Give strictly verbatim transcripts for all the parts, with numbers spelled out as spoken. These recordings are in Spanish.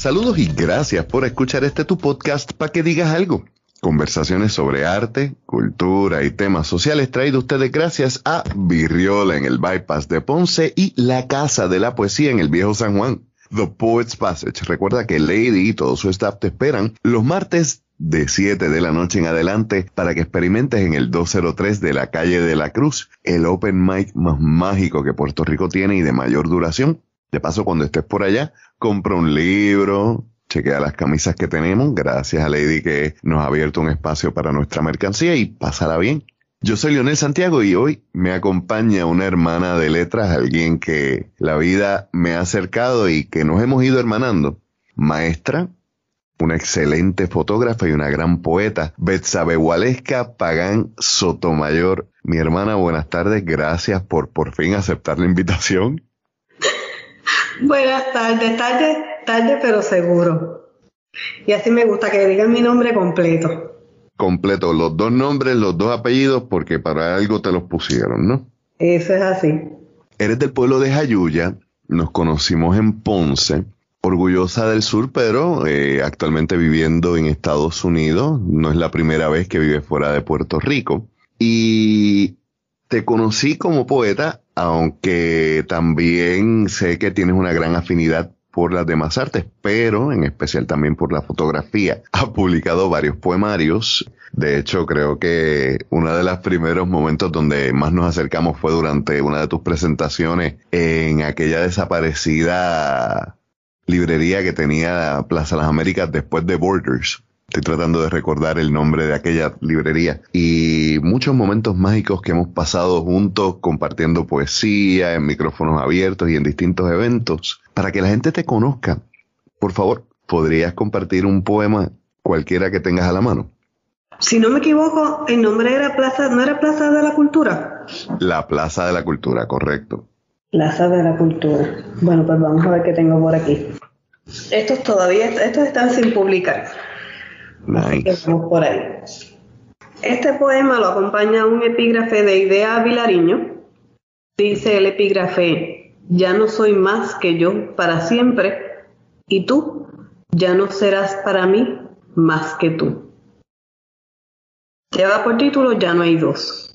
Saludos y gracias por escuchar este tu podcast para que digas algo. Conversaciones sobre arte, cultura y temas sociales traído ustedes gracias a Virriola en el Bypass de Ponce y La Casa de la Poesía en el Viejo San Juan. The Poets Passage. Recuerda que Lady y todo su staff te esperan los martes de siete de la noche en adelante para que experimentes en el doscientos tres de la calle de la Cruz, el open mic más mágico que Puerto Rico tiene y de mayor duración. De paso, cuando estés por allá, compra un libro, chequea las camisas que tenemos, gracias a Lady que nos ha abierto un espacio para nuestra mercancía y pásala bien. Yo soy Leonel Santiago y hoy me acompaña una hermana de letras, alguien que la vida me ha acercado y que nos hemos ido hermanando. Maestra, una excelente fotógrafa y una gran poeta, Betsabe Waleska Pagán Sotomayor. Mi hermana, buenas tardes, gracias por por fin aceptar la invitación. Buenas tardes, tarde, tarde pero seguro. Y así me gusta que digan mi nombre completo. Completo, los dos nombres, los dos apellidos, porque para algo te los pusieron, ¿no? Eso es así. Eres del pueblo de Jayuya, nos conocimos en Ponce, orgullosa del sur, pero eh, actualmente viviendo en Estados Unidos, no es la primera vez que vives fuera de Puerto Rico. Y te conocí como poeta, aunque también sé que tienes una gran afinidad por las demás artes, pero en especial también por la fotografía. Has publicado varios poemarios. De hecho, creo que uno de los primeros momentos donde más nos acercamos fue durante una de tus presentaciones en aquella desaparecida librería que tenía Plaza Las Américas después de Borders. Estoy tratando de recordar el nombre de aquella librería. Y muchos momentos mágicos que hemos pasado juntos compartiendo poesía en micrófonos abiertos y en distintos eventos. Para que la gente te conozca, por favor, ¿podrías compartir un poema cualquiera que tengas a la mano? Si no me equivoco, el nombre era Plaza, ¿no era Plaza de la Cultura? La Plaza de la Cultura, correcto. Plaza de la Cultura. Bueno, pues vamos a ver qué tengo por aquí. Estos todavía, estos están sin publicar. Así que vamos por ahí. Este poema lo acompaña un epígrafe de Idea Vilariño. Dice el epígrafe: ya no soy más que yo para siempre, y tú ya no serás para mí más que tú. Lleva por título Ya no hay dos.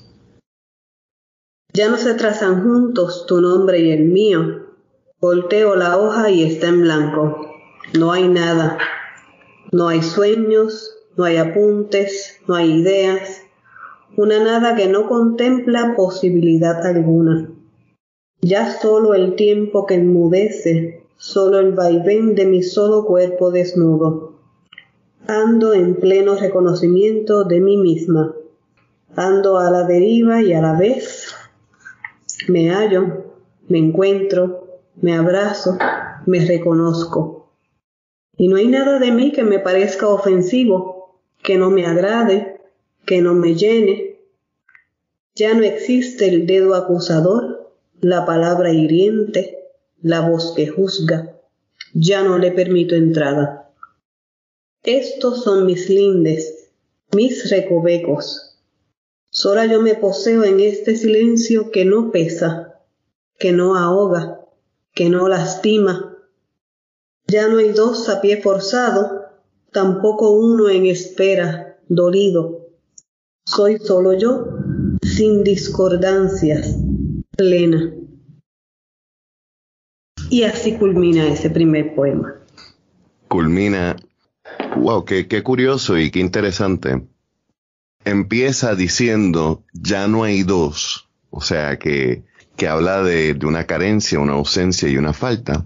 Ya no se trazan juntos tu nombre y el mío. Volteo la hoja y está en blanco. No hay nada. No hay sueños, no hay apuntes, no hay ideas. Una nada que no contempla posibilidad alguna. Ya solo el tiempo que enmudece, solo el vaivén de mi solo cuerpo desnudo. Ando en pleno reconocimiento de mí misma. Ando a la deriva y a la vez me hallo, me encuentro, me abrazo, me reconozco. Y no hay nada de mí que me parezca ofensivo, que no me agrade, que no me llene. Ya no existe el dedo acusador, la palabra hiriente, la voz que juzga. Ya no le permito entrada. Estos son mis lindes, mis recovecos. Sola yo me poseo en este silencio que no pesa, que no ahoga, que no lastima. Ya no hay dos a pie forzado, tampoco uno en espera, dolido. Soy solo yo, sin discordancias, plena. Y así culmina ese primer poema. Culmina, wow, qué, qué curioso y qué interesante. Empieza diciendo, ya no hay dos, o sea que, que habla de, de una carencia, una ausencia y una falta.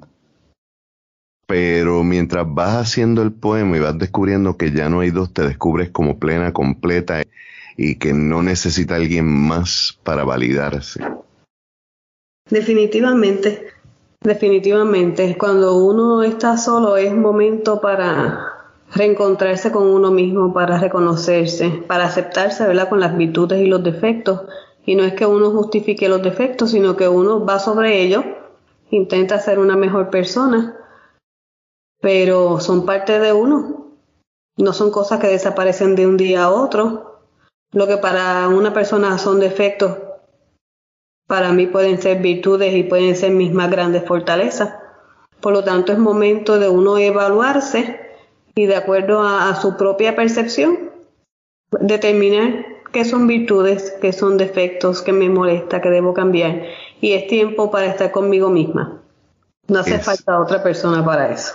Pero mientras vas haciendo el poema y vas descubriendo que ya no hay dos, te descubres como plena, completa y que no necesita alguien más para validarse. Definitivamente, definitivamente. Cuando uno está solo es momento para reencontrarse con uno mismo, para reconocerse, para aceptarse, ¿verdad?, con las virtudes y los defectos. Y no es que uno justifique los defectos, sino que uno va sobre ellos, intenta ser una mejor persona. Pero son parte de uno, no son cosas que desaparecen de un día a otro. Lo que para una persona son defectos, para mí pueden ser virtudes y pueden ser mis más grandes fortalezas. Por lo tanto, es momento de uno evaluarse y de acuerdo a, a su propia percepción, determinar qué son virtudes, qué son defectos, qué me molesta, qué debo cambiar. Y es tiempo para estar conmigo misma. No hace Es- falta otra persona para eso.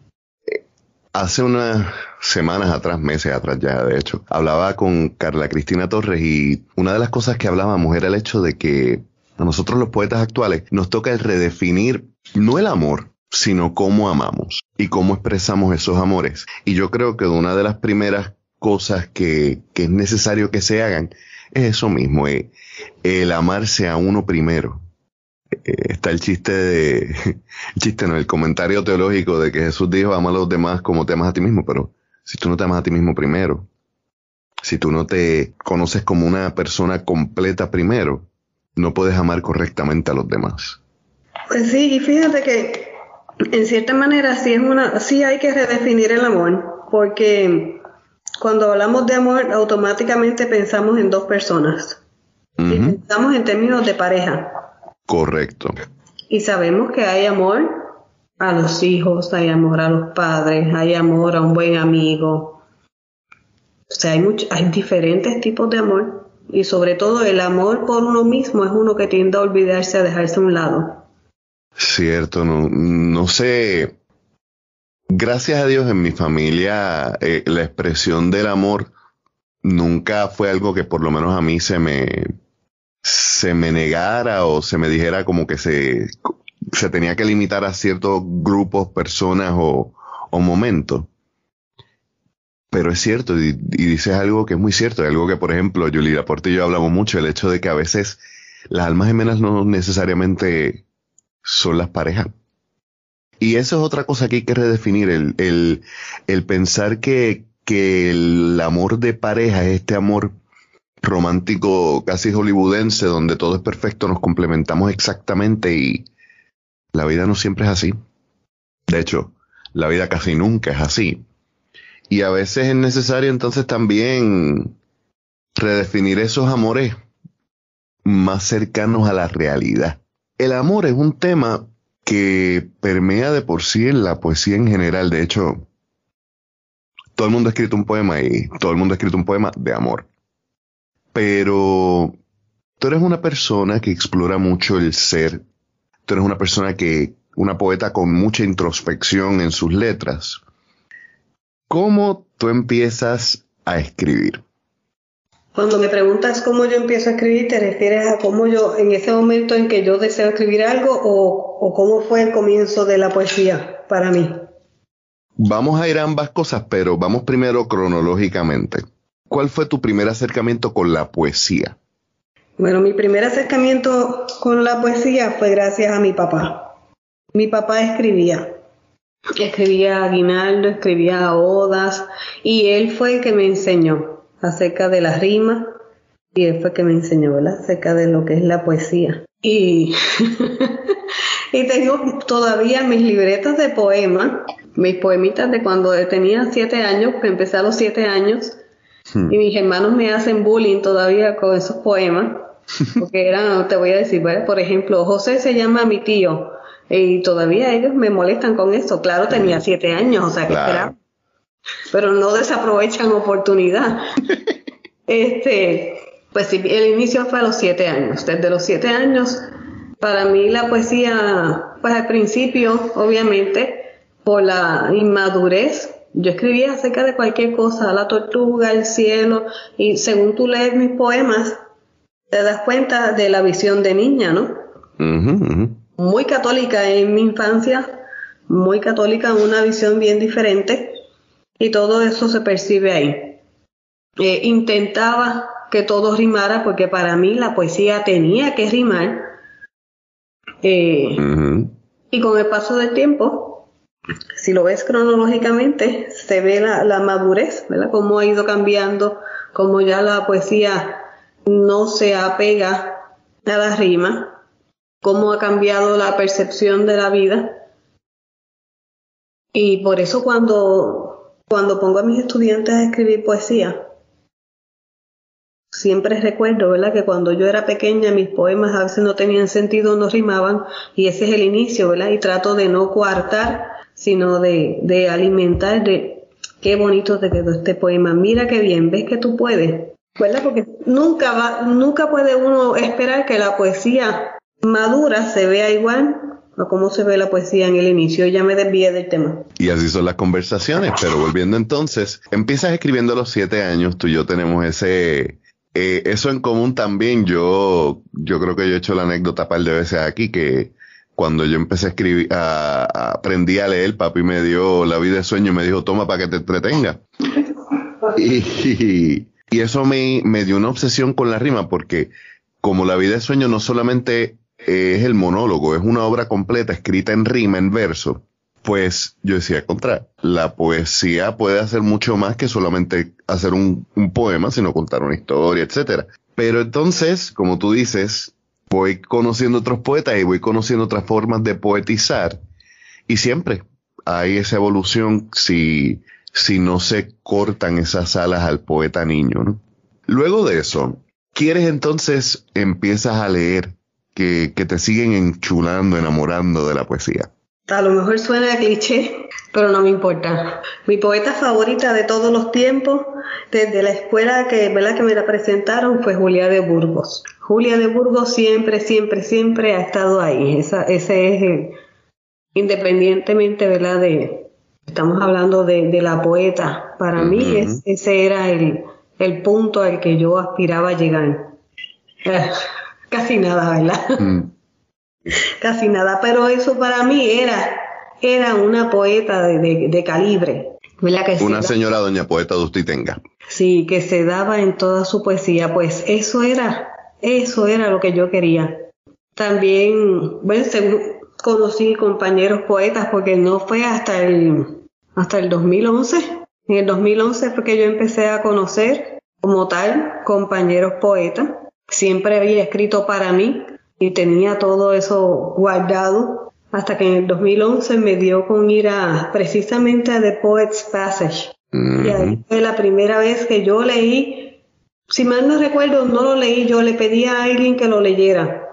Hace unas semanas atrás, meses atrás ya, de hecho, hablaba con Carla Cristina Torres y una de las cosas que hablábamos era el hecho de que a nosotros los poetas actuales nos toca el redefinir no el amor, sino cómo amamos y cómo expresamos esos amores. Y yo creo que una de las primeras cosas que, que es necesario que se hagan es eso mismo, eh, el amarse a uno primero. Eh, está el chiste de, el chiste no, el comentario teológico de que Jesús dijo, ama a los demás como te amas a ti mismo, pero si tú no te amas a ti mismo primero, si tú no te conoces como una persona completa primero, no puedes amar correctamente a los demás. Pues sí, y fíjate que en cierta manera sí, es una, sí hay que redefinir el amor, porque cuando hablamos de amor automáticamente pensamos en dos personas. Y Ujú. pensamos en términos de pareja. Correcto. Y sabemos que hay amor a los hijos, hay amor a los padres, hay amor a un buen amigo. O sea, hay, mucho, hay diferentes tipos de amor. Y sobre todo el amor por uno mismo es uno que tiende a olvidarse, a dejarse a un lado. Cierto, no, no sé. Gracias a Dios en mi familia eh, la expresión del amor nunca fue algo que por lo menos a mí se me se me negara o se me dijera como que se, se tenía que limitar a ciertos grupos, personas o, o momentos. Pero es cierto, y, y dices algo que es muy cierto, algo que, por ejemplo, Julie Laporte y yo hablamos mucho, el hecho de que a veces las almas gemelas no necesariamente son las parejas. Y eso es otra cosa que hay que redefinir, el, el, el pensar que, que el amor de pareja es este amor romántico casi hollywoodense donde todo es perfecto, nos complementamos exactamente y la vida no siempre es así. De hecho, la vida casi nunca es así. Y a veces es necesario entonces también redefinir esos amores más cercanos a la realidad. El amor es un tema que permea de por sí en la poesía en general. De hecho, todo el mundo ha escrito un poema y todo el mundo ha escrito un poema de amor. Pero tú eres una persona que explora mucho el ser. Tú eres una persona que, una poeta con mucha introspección en sus letras. ¿Cómo tú empiezas a escribir? Cuando me preguntas cómo yo empiezo a escribir, ¿te refieres a cómo yo, en ese momento en que yo deseo escribir algo o, o cómo fue el comienzo de la poesía para mí? Vamos a ir a ambas cosas, pero vamos primero cronológicamente. ¿Cuál fue tu primer acercamiento con la poesía? Bueno, mi primer acercamiento con la poesía fue gracias a mi papá. Mi papá escribía, escribía aguinaldo, escribía odas, y él fue el que me enseñó acerca de las rimas, y él fue el que me enseñó, ¿verdad?, acerca de lo que es la poesía. Y, y tengo todavía mis libretas de poemas, mis poemitas de cuando tenía siete años, que empecé a los siete años, Hmm. y mis hermanos me hacen bullying todavía con esos poemas, porque eran, te voy a decir, ¿verdad? Por ejemplo, José se llama mi tío, y todavía ellos me molestan con eso. Claro, tenía siete años, o sea, que Claro. esperaba, pero no desaprovechan oportunidad. Este, pues sí, el inicio fue a los siete años. Desde los siete años, para mí la poesía, pues al principio, obviamente, por la inmadurez, yo escribía acerca de cualquier cosa, la tortuga, el cielo, y según tú lees mis poemas, te das cuenta de la visión de niña, ¿no? Uh-huh, uh-huh. Muy católica en mi infancia, muy católica, una visión bien diferente, y todo eso se percibe ahí. Eh, intentaba que todo rimara, porque para mí la poesía tenía que rimar, eh, Uh-huh. y con el paso del tiempo, si lo ves cronológicamente, se ve la, la madurez, ¿verdad? Cómo ha ido cambiando, cómo ya la poesía no se apega a la rima, cómo ha cambiado la percepción de la vida. Y por eso cuando, cuando pongo a mis estudiantes a escribir poesía, siempre recuerdo, ¿verdad?, que cuando yo era pequeña mis poemas a veces no tenían sentido, no rimaban, y ese es el inicio, ¿verdad? Y trato de no coartar, sino de, de alimentar, de qué bonito te quedó este poema, mira qué bien, ves que tú puedes, ¿verdad? Porque nunca va, nunca puede uno esperar que la poesía madura se vea igual a cómo se ve la poesía en el inicio. Ya me desvié del tema. Y así son las conversaciones, pero volviendo entonces, empiezas escribiendo a los siete años, tú y yo tenemos ese... Eh, eso en común también. Yo yo creo que yo he hecho la anécdota un par de veces aquí, que cuando yo empecé a escribir, a, a, aprendí a leer, papi me dio La vida de sueño y me dijo, toma para que te entretenga. Y, y, y eso me, me dio una obsesión con la rima, porque como La vida de sueño no solamente es el monólogo, es una obra completa escrita en rima, en verso, pues yo decía, contra, la poesía puede hacer mucho más que solamente hacer un, un poema, sino contar una historia, etcétera. Pero entonces, como tú dices, voy conociendo otros poetas y voy conociendo otras formas de poetizar, y siempre hay esa evolución si, si no se cortan esas alas al poeta niño, ¿no? Luego de eso, ¿quieres entonces empiezas a leer que, que te siguen enchulando, enamorando de la poesía? A lo mejor suena a cliché, pero no me importa. Mi poeta favorita de todos los tiempos, desde la escuela que, ¿verdad?, que me la presentaron, fue Julia de Burgos. Julia de Burgos siempre, siempre, siempre ha estado ahí. Esa, ese es el, independientemente, ¿verdad?, de, estamos hablando de, de la poeta. Para uh-huh. mí es, ese era el, el punto al que yo aspiraba a llegar. Eh, casi nada, ¿verdad? Uh-huh. Casi nada, pero eso para mí era, era una poeta de, de, de calibre. ¿Verdad? Que una señora doña poeta de usted y tenga. Sí, que se daba en toda su poesía, pues eso era, eso era lo que yo quería. También, bueno, según conocí compañeros poetas, porque no fue hasta el, hasta el dos mil once. En el dos mil once fue que yo empecé a conocer como tal compañeros poetas. Siempre había escrito para mí y tenía todo eso guardado, hasta que en el dos mil once me dio con ir a precisamente a The Poets Passage. Mm-hmm. Y ahí fue la primera vez que yo leí, si mal no recuerdo, no lo leí yo, le pedí a alguien que lo leyera,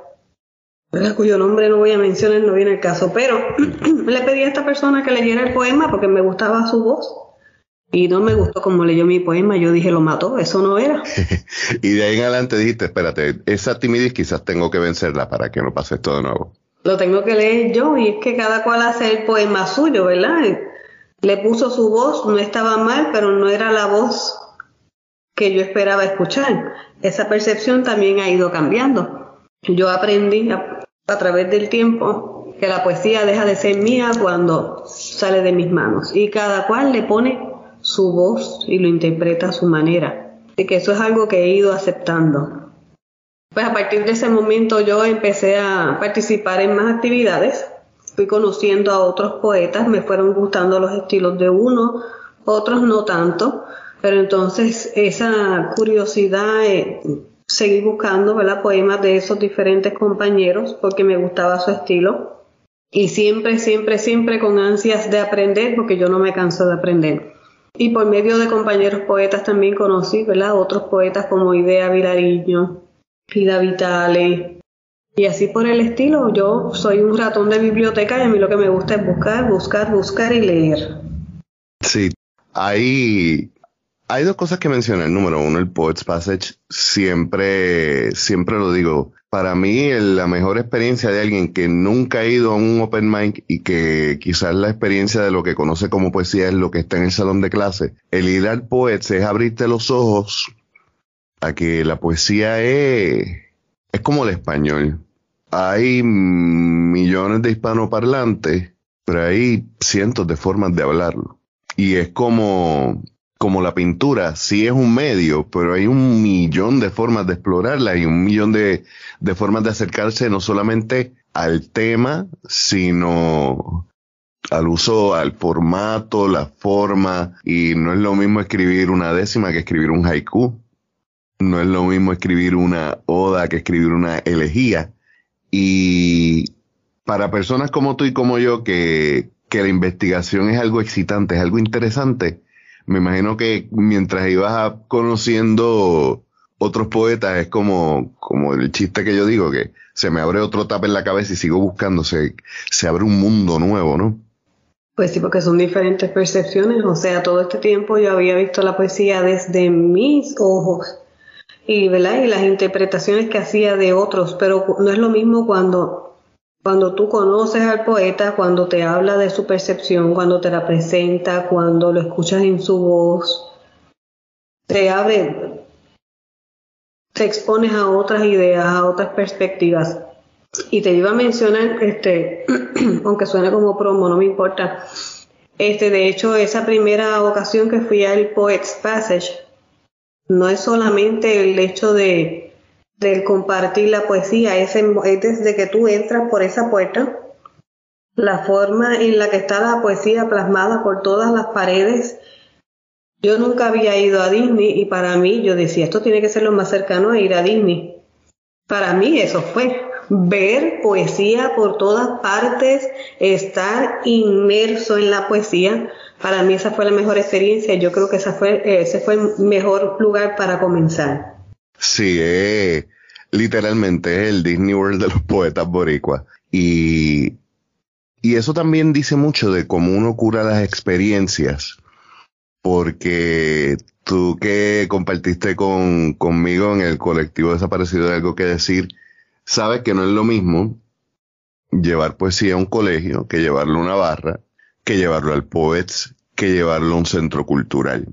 cuyo nombre no voy a mencionar, no viene el caso, pero le pedí a esta persona que leyera el poema porque me gustaba su voz. Y no me gustó como leyó mi poema, yo dije, lo mató, eso no era. Y de ahí en adelante dijiste, espérate, esa timidez quizás tengo que vencerla para que no pase esto de nuevo. Lo tengo que leer yo, y es que cada cual hace el poema suyo, ¿verdad? Le puso su voz, no estaba mal, pero no era la voz que yo esperaba escuchar. Esa percepción también ha ido cambiando. Yo aprendí a, a través del tiempo que la poesía deja de ser mía cuando sale de mis manos, y cada cual le pone su voz y lo interpreta a su manera. Así que eso es algo que he ido aceptando. Pues a partir de ese momento yo empecé a participar en más actividades, fui conociendo a otros poetas, me fueron gustando los estilos de uno, otros no tanto, pero entonces esa curiosidad, eh, seguí buscando, ¿verdad?, poemas de esos diferentes compañeros porque me gustaba su estilo, y siempre, siempre, siempre con ansias de aprender, porque yo no me canso de aprender. Y por medio de compañeros poetas también conocí, ¿verdad?, otros poetas como Idea Vilariño, Frida Vitale, y así por el estilo. Yo soy un ratón de biblioteca y a mí lo que me gusta es buscar, buscar, buscar y leer. Sí, hay, hay dos cosas que mencionar. Número uno, el Poets Passage, siempre, siempre lo digo. Para mí, la mejor experiencia de alguien que nunca ha ido a un open mic y que quizás la experiencia de lo que conoce como poesía es lo que está en el salón de clase. El ir al Poets es abrirte los ojos a que la poesía es, es como el español. Hay millones de hispanoparlantes, pero hay cientos de formas de hablarlo. Y es como... como la pintura, sí es un medio, pero hay un millón de formas de explorarla y un millón de, de formas de acercarse no solamente al tema, sino al uso, al formato, la forma. Y no es lo mismo escribir una décima que escribir un haiku. No es lo mismo escribir una oda que escribir una elegía. Y para personas como tú y como yo, que, que la investigación es algo excitante, es algo interesante, me imagino que mientras ibas conociendo otros poetas es como, como el chiste que yo digo, que se me abre otro tap en la cabeza y sigo buscando, se, se abre un mundo nuevo, ¿no? Pues sí, porque son diferentes percepciones. O sea, todo este tiempo yo había visto la poesía desde mis ojos y, ¿verdad? Y las interpretaciones que hacía de otros, pero no es lo mismo cuando, cuando tú conoces al poeta, cuando te habla de su percepción, cuando te la presenta, cuando lo escuchas en su voz, te abre, te expones a otras ideas, a otras perspectivas. Y te iba a mencionar, este, aunque suene como promo, no me importa. Este, de hecho, esa primera ocasión que fui al Poets Passage, no es solamente el hecho de, de compartir la poesía, es, en, es desde que tú entras por esa puerta, la forma en la que está la poesía plasmada por todas las paredes. Yo nunca había ido a Disney y para mí, yo decía, esto tiene que ser lo más cercano a ir a Disney. Para mí eso fue ver poesía por todas partes, estar inmerso en la poesía. Para mí esa fue la mejor experiencia. Yo creo que esa fue, ese fue el mejor lugar para comenzar. Sí, eh, literalmente es el Disney World de los poetas boricuas. Y, y eso también dice mucho de cómo uno cura las experiencias. Porque tú que compartiste con, conmigo en el colectivo Desaparecido de Algo que Decir, sabes que no es lo mismo llevar poesía a un colegio que llevarlo a una barra, que llevarlo al Poets, que llevarlo a un centro cultural.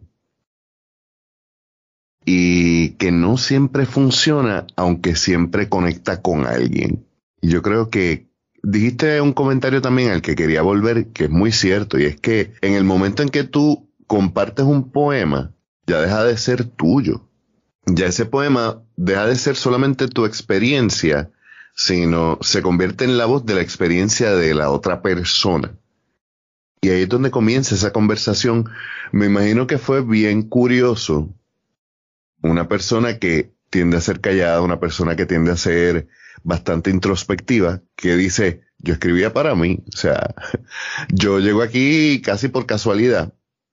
Y que no siempre funciona, aunque siempre conecta con alguien. Y yo creo que dijiste un comentario también al que quería volver, que es muy cierto, y es que en el momento en que tú compartes un poema, ya deja de ser tuyo. Ya ese poema deja de ser solamente tu experiencia, sino se convierte en la voz de la experiencia de la otra persona. Y ahí es donde comienza esa conversación. Me imagino que fue bien curioso. Una persona que tiende a ser callada, una persona que tiende a ser bastante introspectiva, que dice, yo escribía para mí. O sea, yo llego aquí casi por casualidad.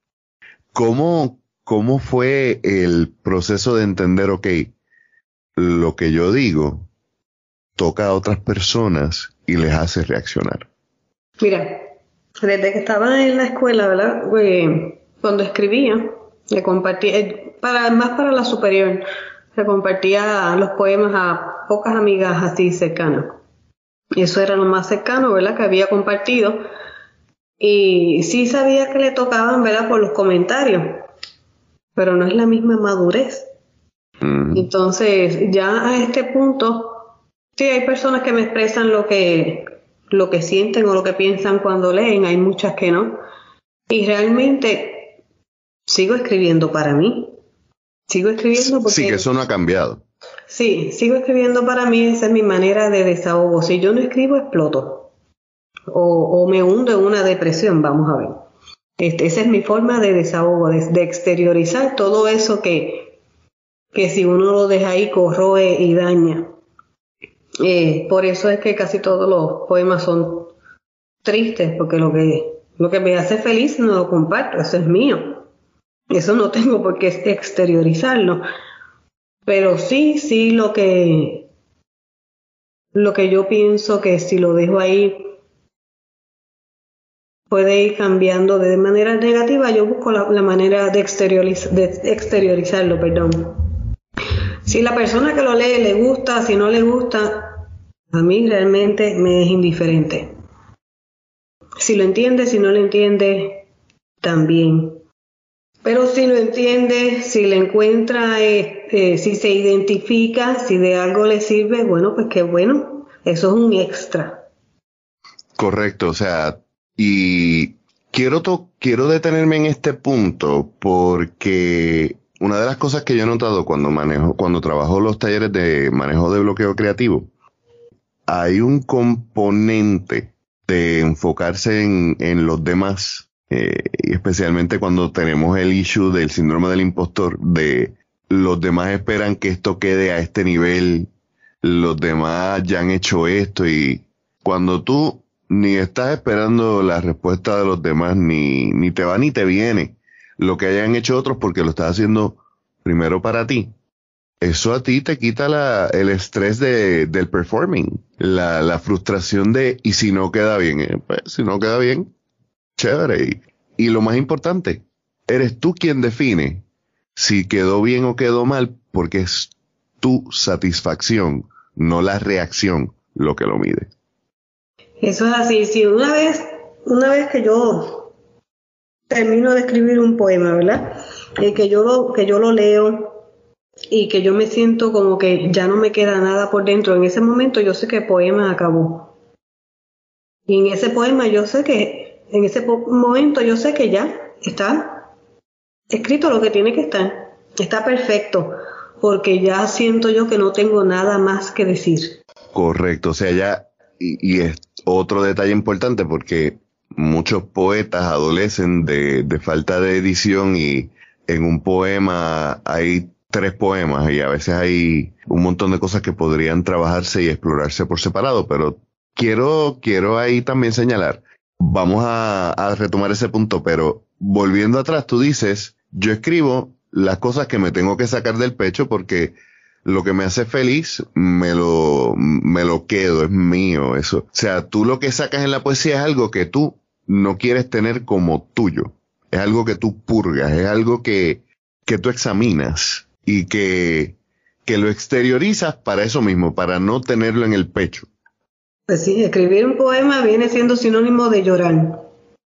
¿Cómo, cómo fue el proceso de entender, ok, lo que yo digo toca a otras personas y les hace reaccionar? Mira, desde que estaba en la escuela, ¿verdad? Eh, cuando escribía, le compartía, eh, para, más para la superior, le compartía los poemas a pocas amigas así cercanas. Y eso era lo más cercano, ¿verdad? Que había compartido. Y sí sabía que le tocaban, ¿verdad? Por los comentarios, pero no es la misma madurez. Mm. Entonces, ya a este punto, sí hay personas que me expresan lo que, lo que sienten o lo que piensan cuando leen, hay muchas que no. Y realmente sigo escribiendo para mí. Sigo escribiendo porque... Sí, que eso no ha cambiado. Sí, sigo escribiendo para mí, esa es mi manera de desahogo. Si yo no escribo, exploto. O, o me hundo en una depresión, vamos a ver. Este, esa es mi forma de desahogo, de, de exteriorizar todo eso que, que si uno lo deja ahí corroe y daña. Eh, por eso es que casi todos los poemas son tristes, porque lo que, lo que me hace feliz no lo comparto, eso es mío. Eso no tengo por qué exteriorizarlo. Pero sí, sí lo que, lo que yo pienso que si lo dejo ahí puede ir cambiando de manera negativa, yo busco la, la manera de, exterioriz- de exteriorizarlo, perdón. Si la persona que lo lee le gusta, si no le gusta, a mí realmente me es indiferente. Si lo entiende, si no lo entiende, también. Pero si lo entiende, si le encuentra, eh, eh, si se identifica, si de algo le sirve, bueno, pues qué bueno, eso es un extra. Correcto, o sea, y quiero, to- quiero detenerme en este punto porque una de las cosas que yo he notado cuando manejo, cuando trabajo los talleres de manejo de bloqueo creativo, hay un componente de enfocarse en, en los demás, eh, y especialmente cuando tenemos el issue del síndrome del impostor, de los demás esperan que esto quede a este nivel, los demás ya han hecho esto, y cuando tú ni estás esperando la respuesta de los demás, ni, ni te va ni te viene lo que hayan hecho otros porque lo estás haciendo primero para ti, eso a ti te quita la, el estrés de, del performing, la, la frustración de, y si no queda bien, eh, pues si no queda bien, chévere. Y, y lo más importante, eres tú quien define si quedó bien o quedó mal, porque es tu satisfacción, no la reacción, lo que lo mide. Eso es así. Si una vez, una vez que yo termino de escribir un poema, ¿verdad? Eh, que yo lo, que yo lo leo y que yo me siento como que ya no me queda nada por dentro, en ese momento yo sé que el poema acabó. Y en ese poema yo sé que, en ese po- momento yo sé que ya está escrito lo que tiene que estar. Está perfecto, porque ya siento yo que no tengo nada más que decir. Correcto, o sea, ya, y, y es otro detalle importante porque muchos poetas adolecen de, de falta de edición y en un poema hay tres poemas y a veces hay un montón de cosas que podrían trabajarse y explorarse por separado, pero quiero, quiero ahí también señalar, vamos a, a retomar ese punto, pero volviendo atrás, tú dices, yo escribo las cosas que me tengo que sacar del pecho porque lo que me hace feliz, me lo, me lo quedo, es mío, eso. O sea, tú lo que sacas en la poesía es algo que tú no quieres tener como tuyo. Es algo que tú purgas, es algo que, que tú examinas y que, que lo exteriorizas para eso mismo, para no tenerlo en el pecho. Pues sí, escribir un poema viene siendo sinónimo de llorar.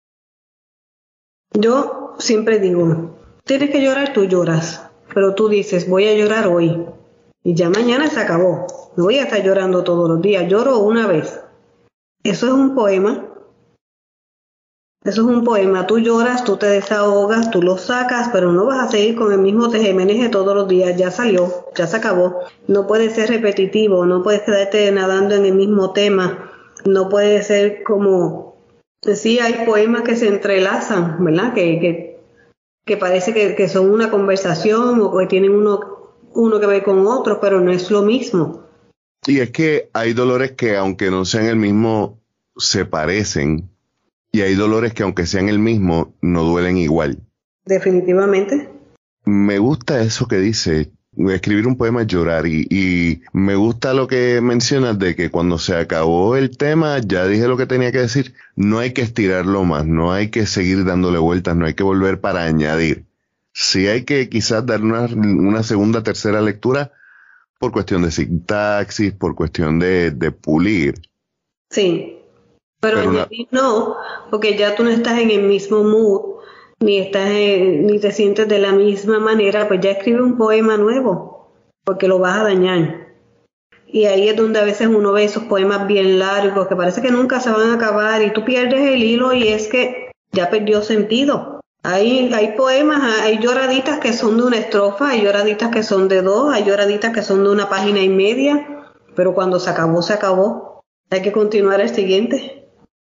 Yo siempre digo, tienes que llorar, tú lloras, pero tú dices, voy a llorar hoy. Y ya mañana se acabó. No voy a estar llorando todos los días. Lloro una vez. Eso es un poema. Eso es un poema. Tú lloras, tú te desahogas, tú lo sacas, pero no vas a seguir con el mismo tejemeneje todos los días. Ya salió, ya se acabó. No puede ser repetitivo. No puedes quedarte nadando en el mismo tema. No puede ser como... Sí, hay poemas que se entrelazan, ¿verdad? Que, que, que parece que, que son una conversación o que tienen uno... uno que ver con otro, pero no es lo mismo. Y es que hay dolores que aunque no sean el mismo, se parecen. Y hay dolores que aunque sean el mismo, no duelen igual. Definitivamente. Me gusta eso que dice, escribir un poema es llorar. Y, y me gusta lo que mencionas de que cuando se acabó el tema, ya dije lo que tenía que decir. No hay que estirarlo más, no hay que seguir dándole vueltas, no hay que volver para añadir. Sí hay que quizás dar una, una segunda, tercera lectura por cuestión de sintaxis, por cuestión de, de pulir. Sí, pero, Pero una, añadir no, porque ya tú no estás en el mismo mood, ni estás en- ni te sientes de la misma manera, pues ya escribe un poema nuevo, porque lo vas a dañar. Y ahí es donde a veces uno ve esos poemas bien largos, que parece que nunca se van a acabar, y tú pierdes el hilo y es que ya perdió sentido. Hay, hay poemas, hay lloraditas que son de una estrofa, hay lloraditas que son de dos, hay lloraditas que son de una página y media, pero cuando se acabó, se acabó. Hay que continuar el siguiente.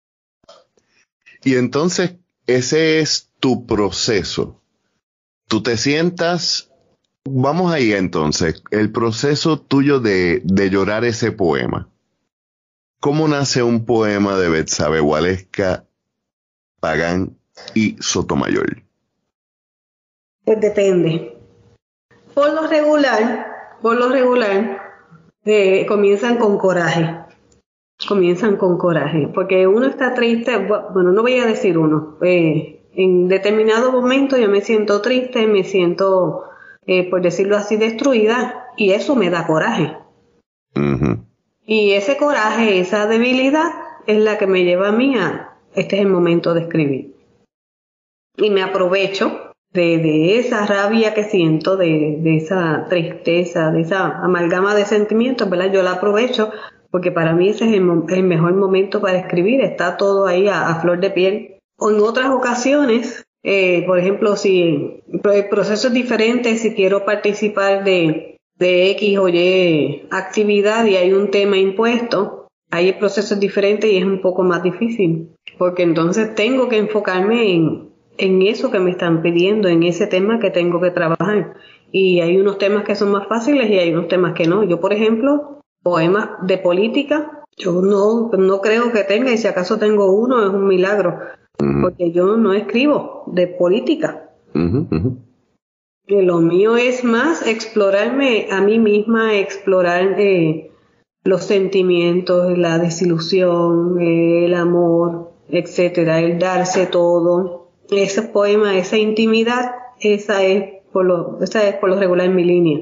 y entonces ese es tu proceso. Tú te sientas, vamos ahí entonces, el proceso tuyo de, de llorar ese poema. ¿Cómo nace un poema de Betsabe Waleska, Pagán y Sotomayor? Pues depende. Por lo regular, por lo regular, eh, comienzan con coraje. Comienzan con coraje, porque uno está triste, bueno, no voy a decir uno, eh, en determinado momento yo me siento triste, me siento, eh, por decirlo así, destruida, y eso me da coraje. Uh-huh. Y ese coraje, esa debilidad, es la que me lleva a mí a, este es el momento de escribir. Y me aprovecho de, de esa rabia que siento, de, de esa tristeza, de esa amalgama de sentimientos, ¿verdad? Yo la aprovecho porque para mí ese es el, el mejor momento para escribir, está todo ahí a, a flor de piel. O en otras ocasiones, eh, por ejemplo, si el proceso es diferente, si quiero participar de, de X o Y actividad y hay un tema impuesto, ahí el proceso es diferente y es un poco más difícil, porque entonces tengo que enfocarme en, en eso que me están pidiendo, en ese tema que tengo que trabajar. Y hay unos temas que son más fáciles y hay unos temas que no. Yo, por ejemplo, poemas de política, yo no, no creo que tenga, y si acaso tengo uno es un milagro, uh-huh. porque yo no escribo de política. Uh-huh, uh-huh. Y lo mío es más explorarme a mí misma, explorar eh, los sentimientos, la desilusión, eh, el amor, etcétera, el darse todo. Ese poema, esa intimidad, esa es por lo, esa es por lo regular mi línea.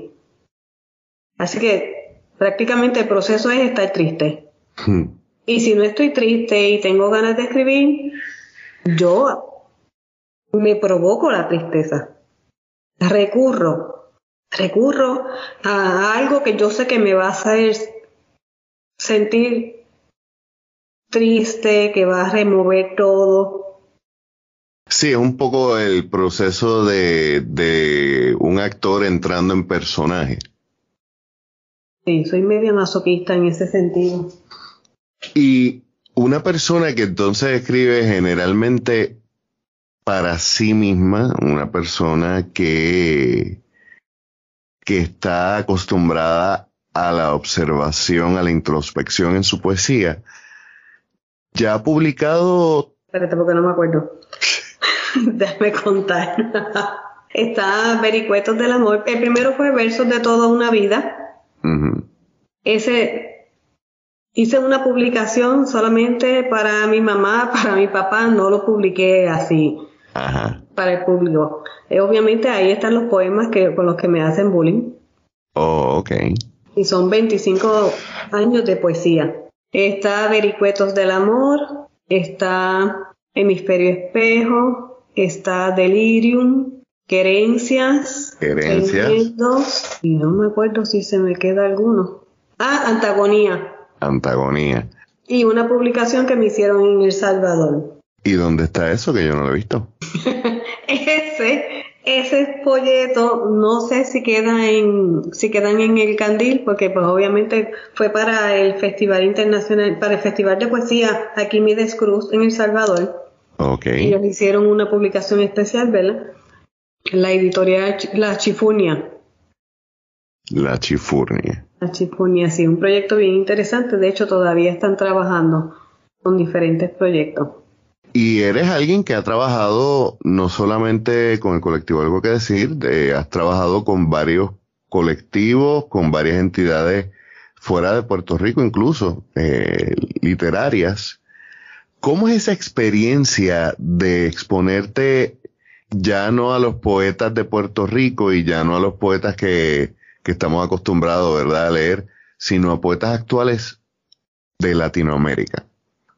Así que prácticamente el proceso es estar triste. Hmm. Y si no estoy triste y tengo ganas de escribir, yo me provoco la tristeza. Recurro, recurro a algo que yo sé que me va a hacer sentir triste, que va a remover todo. Sí, es un poco el proceso de, de un actor entrando en personaje. Sí, soy medio masoquista en ese sentido. Y una persona que entonces escribe generalmente para sí misma, una persona que, que está acostumbrada a la observación, a la introspección en su poesía, ya ha publicado... Espérate, porque no me acuerdo. Déjame contar. Está Vericuetos del Amor. El primero fue Versos de toda una vida. Uh-huh. Ese... Hice una publicación solamente para mi mamá, para mi papá, no lo publiqué así. Ajá. Para el público. Eh, obviamente ahí están los poemas que con los que me hacen bullying. Oh, ok. Y son veinticinco años de poesía. Está Vericuetos del Amor, está Hemisferio Espejo, está Delirium, Querencias, Querencias. Y no me acuerdo si se me queda alguno. Ah, Antagonía. Antagonía. Y una publicación que me hicieron en El Salvador. ¿Y dónde está eso? Que yo no lo he visto. ese, ese folleto, no sé si queda en, si quedan en el Candil, porque pues obviamente fue para el Festival Internacional, para el Festival de Poesía Arquímedes Cruz en El Salvador. Okay. Ellos hicieron una publicación especial, ¿verdad? La editorial La Chifurnia. La Chifurnia. La Chifurnia, sí, un proyecto bien interesante. De hecho, todavía están trabajando con diferentes proyectos. Y eres alguien que ha trabajado no solamente con el colectivo Algo que Decir, de, has trabajado con varios colectivos, con varias entidades fuera de Puerto Rico, incluso eh, literarias. ¿Cómo es esa experiencia de exponerte ya no a los poetas de Puerto Rico y ya no a los poetas que, que estamos acostumbrados, ¿verdad?, a leer, sino a poetas actuales de Latinoamérica?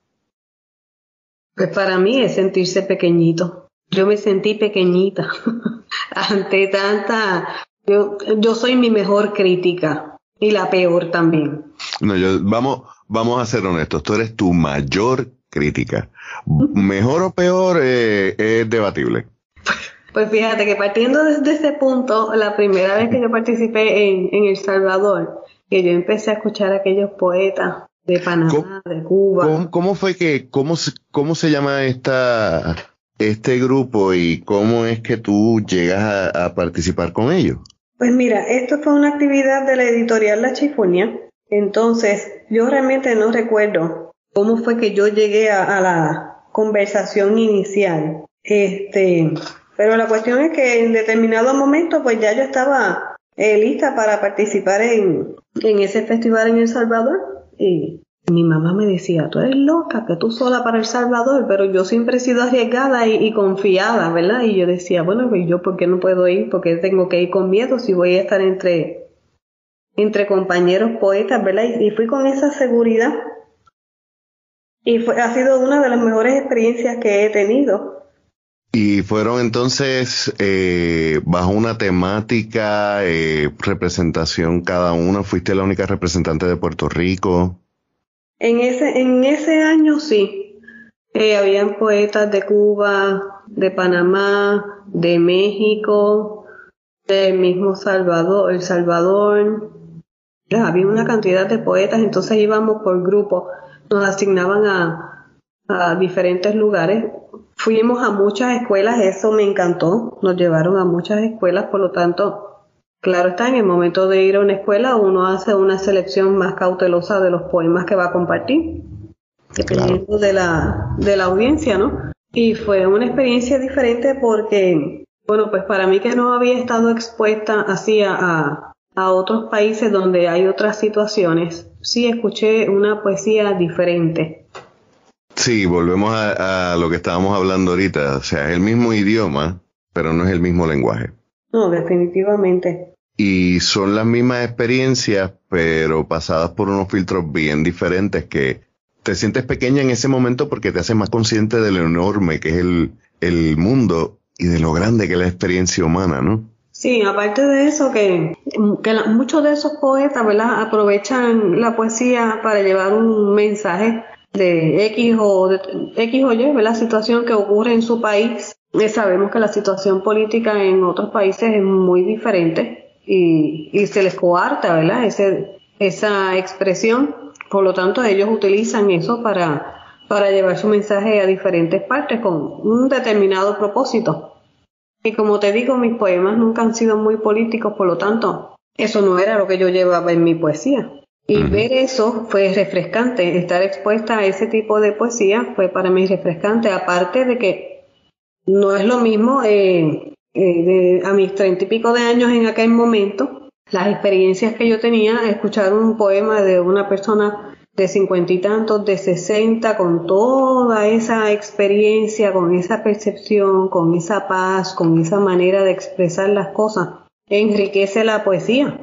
Pues para mí es sentirse pequeñito. Yo me sentí pequeñita ante tanta... Yo, yo soy mi mejor crítica y la peor también. No, yo, vamos, vamos a ser honestos. Tú eres tu mayor crítica. Mejor o peor eh, es debatible. Pues fíjate que partiendo desde ese punto, la primera vez que yo participé en, en El Salvador, que yo empecé a escuchar a aquellos poetas de Panamá, ¿Cómo, de Cuba. ¿cómo, cómo fue que, cómo, cómo se llama esta, este grupo y cómo es que tú llegas a, a participar con ellos? Pues mira, esto fue una actividad de la editorial La Chifurnia. Entonces, yo realmente no recuerdo cómo fue que yo llegué a, a la conversación inicial. Este, pero la cuestión es que en determinado momento, pues ya yo estaba eh, lista para participar en, en ese festival en El Salvador. Y mi mamá me decía, tú eres loca, que tú sola para El Salvador, pero yo siempre he sido arriesgada y, y confiada, ¿verdad? Y yo decía, bueno, pues yo, ¿por qué no puedo ir? ¿Por qué tengo que ir con miedo si voy a estar entre, entre compañeros poetas, ¿verdad? Y, y fui con esa seguridad. Y fue, ha sido una de las mejores experiencias que he tenido. Y fueron entonces eh, bajo una temática, eh, representación cada uno. ¿Fuiste la única representante de Puerto Rico? En ese, en ese año sí. Eh, habían poetas de Cuba, de Panamá, de México, del mismo Salvador, El Salvador. Ya, había una cantidad de poetas, entonces íbamos por grupo. Nos asignaban a, a diferentes lugares. Fuimos a muchas escuelas, eso me encantó. Nos llevaron a muchas escuelas, por lo tanto, claro está, en el momento de ir a una escuela uno hace una selección más cautelosa de los poemas que va a compartir, dependiendo claro. de la, de la audiencia, ¿no? Y fue una experiencia diferente porque Bueno, pues para mí que no había estado expuesta así a, a, a otros países donde hay otras situaciones, sí escuché una poesía diferente. Sí, volvemos a, a lo que estábamos hablando ahorita, o sea, es el mismo idioma, pero no es el mismo lenguaje. No, definitivamente. Y son las mismas experiencias, pero pasadas por unos filtros bien diferentes que te sientes pequeña en ese momento porque te haces más consciente de lo enorme que es el, el mundo y de lo grande que es la experiencia humana, ¿no? Sí, aparte de eso, que, que la, muchos de esos poetas, ¿verdad?, aprovechan la poesía para llevar un mensaje de X o de X o Y, ¿verdad?, situación que ocurre en su país. Eh, sabemos que la situación política en otros países es muy diferente y, y se les coarta, ¿verdad?, Ese, esa expresión. Por lo tanto, ellos utilizan eso para, para llevar su mensaje a diferentes partes con un determinado propósito. Y como te digo, mis poemas nunca han sido muy políticos, por lo tanto, eso no era lo que yo llevaba en mi poesía. Y uh-huh. ver eso fue refrescante, estar expuesta a ese tipo de poesía fue para mí refrescante, aparte de que no es lo mismo eh, eh, de, a mis treinta y pico de años en aquel momento, las experiencias que yo tenía, escuchar un poema de una persona de cincuenta y tantos, de sesenta, con toda esa experiencia, con esa percepción, con esa paz, con esa manera de expresar las cosas, enriquece la poesía.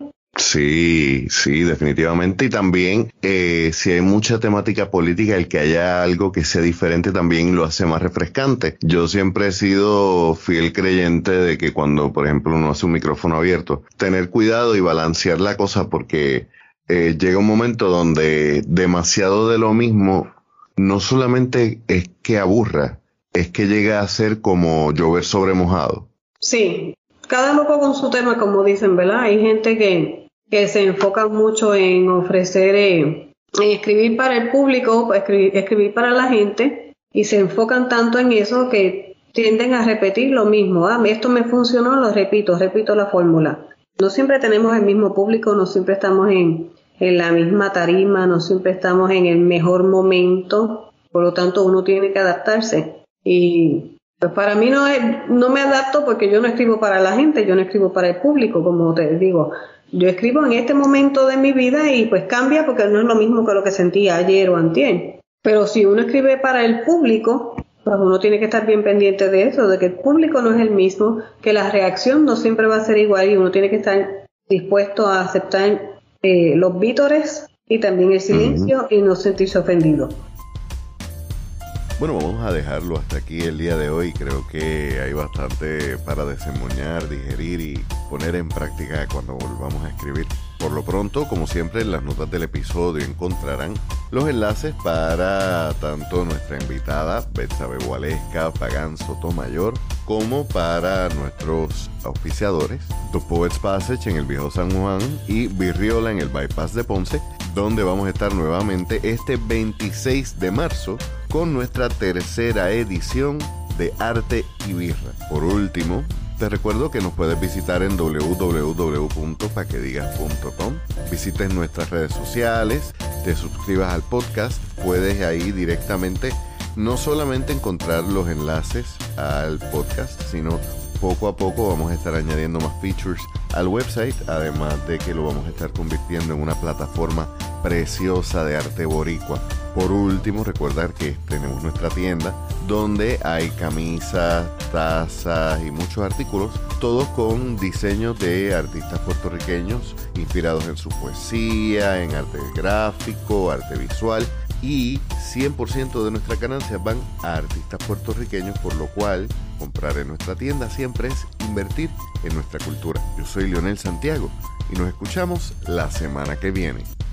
Sí, sí, definitivamente. Y también, eh, si hay mucha temática política, el que haya algo que sea diferente también lo hace más refrescante. Yo siempre he sido fiel creyente de que cuando, por ejemplo, uno hace un micrófono abierto, tener cuidado y balancear la cosa porque eh, llega un momento donde demasiado de lo mismo no solamente es que aburra, es que llega a ser como llover sobre mojado. Sí, cada loco con su tema, como dicen, ¿verdad? Hay gente que que se enfocan mucho en ofrecer, eh, en escribir para el público, escribir, escribir para la gente, y se enfocan tanto en eso que tienden a repetir lo mismo. Ah, esto me funcionó, lo repito, repito la fórmula. No siempre tenemos el mismo público, no siempre estamos en, en la misma tarima, no siempre estamos en el mejor momento, por lo tanto uno tiene que adaptarse. Y pues para mí no, es, no me adapto porque yo no escribo para la gente, yo no escribo para el público, como te digo. Yo escribo en este momento de mi vida y pues cambia porque no es lo mismo que lo que sentía ayer o antier. Pero si uno escribe para el público, pues uno tiene que estar bien pendiente de eso, de que el público no es el mismo, que la reacción no siempre va a ser igual y uno tiene que estar dispuesto a aceptar eh, los vítores y también el silencio uh-huh. y no sentirse ofendido. Bueno, vamos a dejarlo hasta aquí el día de hoy. Creo que hay bastante para desemboñar, digerir y poner en práctica cuando volvamos a escribir. Por lo pronto, como siempre, en las notas del episodio encontrarán los enlaces para tanto nuestra invitada Betsabe Gualesca, Pagán Sotomayor, como para nuestros auspiciadores, The Poets Passage en el Viejo San Juan y Virriola en el Bypass de Ponce, donde vamos a estar nuevamente este veintiséis de marzo con nuestra tercera edición de Arte y Birra. Por último, te recuerdo que nos puedes visitar en doble u doble u doble u punto pa que digas punto com. Visites nuestras redes sociales, te suscribas al podcast, puedes ahí directamente no solamente encontrar los enlaces al podcast, sino poco a poco vamos a estar añadiendo más features al website, además de que lo vamos a estar convirtiendo en una plataforma preciosa de arte boricua. Por último, recordar que tenemos nuestra tienda donde hay camisas, tazas y muchos artículos, todos con diseños de artistas puertorriqueños inspirados en su poesía, en arte gráfico, arte visual, y cien por ciento de nuestras ganancias van a artistas puertorriqueños, por lo cual comprar en nuestra tienda siempre es invertir en nuestra cultura. Yo soy Leonel Santiago y nos escuchamos la semana que viene.